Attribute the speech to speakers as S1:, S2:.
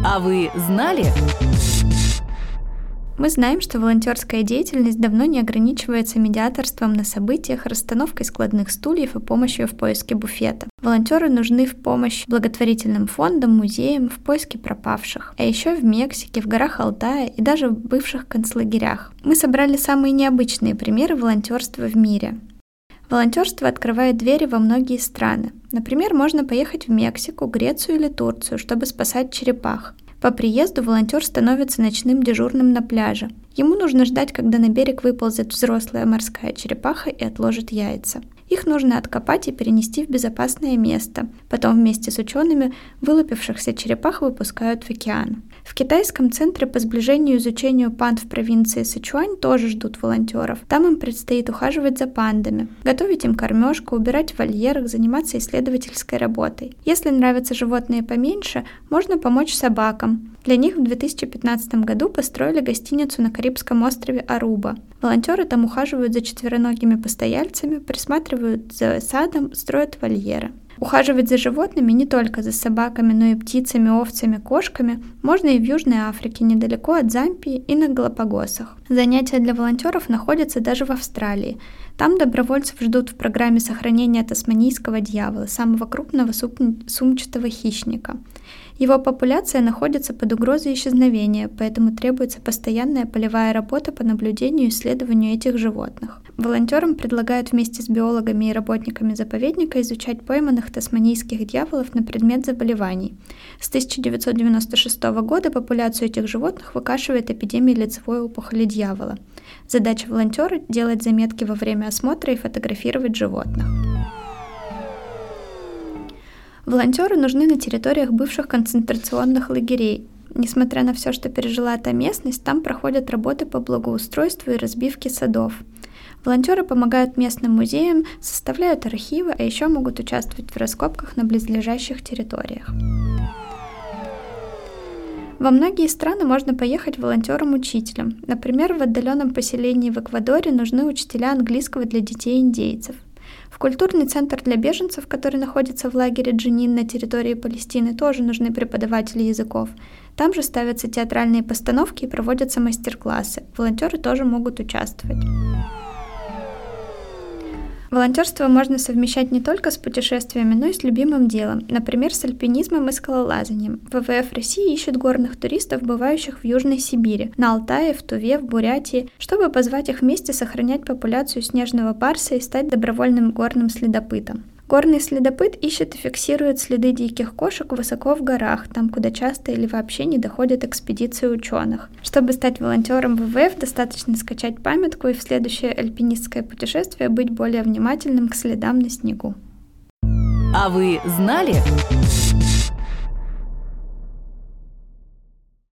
S1: А вы знали?
S2: Мы знаем, что волонтерская деятельность давно не ограничивается медиаторством на событиях, расстановкой складных стульев и помощью в поиске буфета. Волонтеры нужны в помощь благотворительным фондам, музеям, в поиске пропавших. А еще в Мексике, в горах Алтая и даже в бывших концлагерях. Мы собрали самые необычные примеры волонтерства в мире. Волонтерство открывает двери во многие страны. Например, можно поехать в Мексику, Грецию или Турцию, чтобы спасать черепах. По приезду волонтер становится ночным дежурным на пляже. Ему нужно ждать, когда на берег выползет взрослая морская черепаха и отложит яйца. Их нужно откопать и перенести в безопасное место. Потом вместе с учеными вылупившихся черепах выпускают в океан. В китайском центре по сближению и изучению панд в провинции Сычуань тоже ждут волонтеров. Там им предстоит ухаживать за пандами, готовить им кормежку, убирать в вольерах, заниматься исследовательской работой. Если нравятся животные поменьше, можно помочь собакам. Для них в 2015 году построили гостиницу на Карибском острове Аруба. Волонтеры там ухаживают за четвероногими постояльцами, присматривают за садом, строят вольеры. Ухаживать за животными не только за собаками, но и птицами, овцами, кошками можно и в Южной Африке, недалеко от Замбии и на Галапагосах. Занятия для волонтеров находятся даже в Австралии. Там добровольцев ждут в программе сохранения тасманийского дьявола, самого крупного сумчатого хищника. Его популяция находится под угрозой исчезновения, поэтому требуется постоянная полевая работа по наблюдению и исследованию этих животных. Волонтерам предлагают вместе с биологами и работниками заповедника изучать пойманных тасманийских дьяволов на предмет заболеваний. С 1996 года популяцию этих животных выкашивает эпидемия лицевой опухоли дьявола. Задача волонтера – делать заметки во время осмотра и фотографировать животных. Волонтеры нужны на территориях бывших концентрационных лагерей. Несмотря на все, что пережила эта местность, там проходят работы по благоустройству и разбивке садов. Волонтеры помогают местным музеям, составляют архивы, а еще могут участвовать в раскопках на близлежащих территориях. Во многие страны можно поехать волонтером-учителем. Например, в отдаленном поселении в Эквадоре нужны учителя английского для детей-индейцев. В культурный центр для беженцев, который находится в лагере Дженин на территории Палестины, тоже нужны преподаватели языков. Там же ставятся театральные постановки и проводятся мастер-классы. Волонтеры тоже могут участвовать. Волонтерство можно совмещать не только с путешествиями, но и с любимым делом, например, с альпинизмом и скалолазанием. ВВФ России ищет горных туристов, бывающих в Южной Сибири, на Алтае, в Туве, в Бурятии, чтобы позвать их вместе сохранять популяцию снежного барса и стать добровольным горным следопытом. Горный следопыт ищет и фиксирует следы диких кошек высоко в горах, там, куда часто или вообще не доходят экспедиции ученых. Чтобы стать волонтером ВВФ, достаточно скачать памятку и в следующее альпинистское путешествие быть более внимательным к следам на снегу.
S1: А вы знали?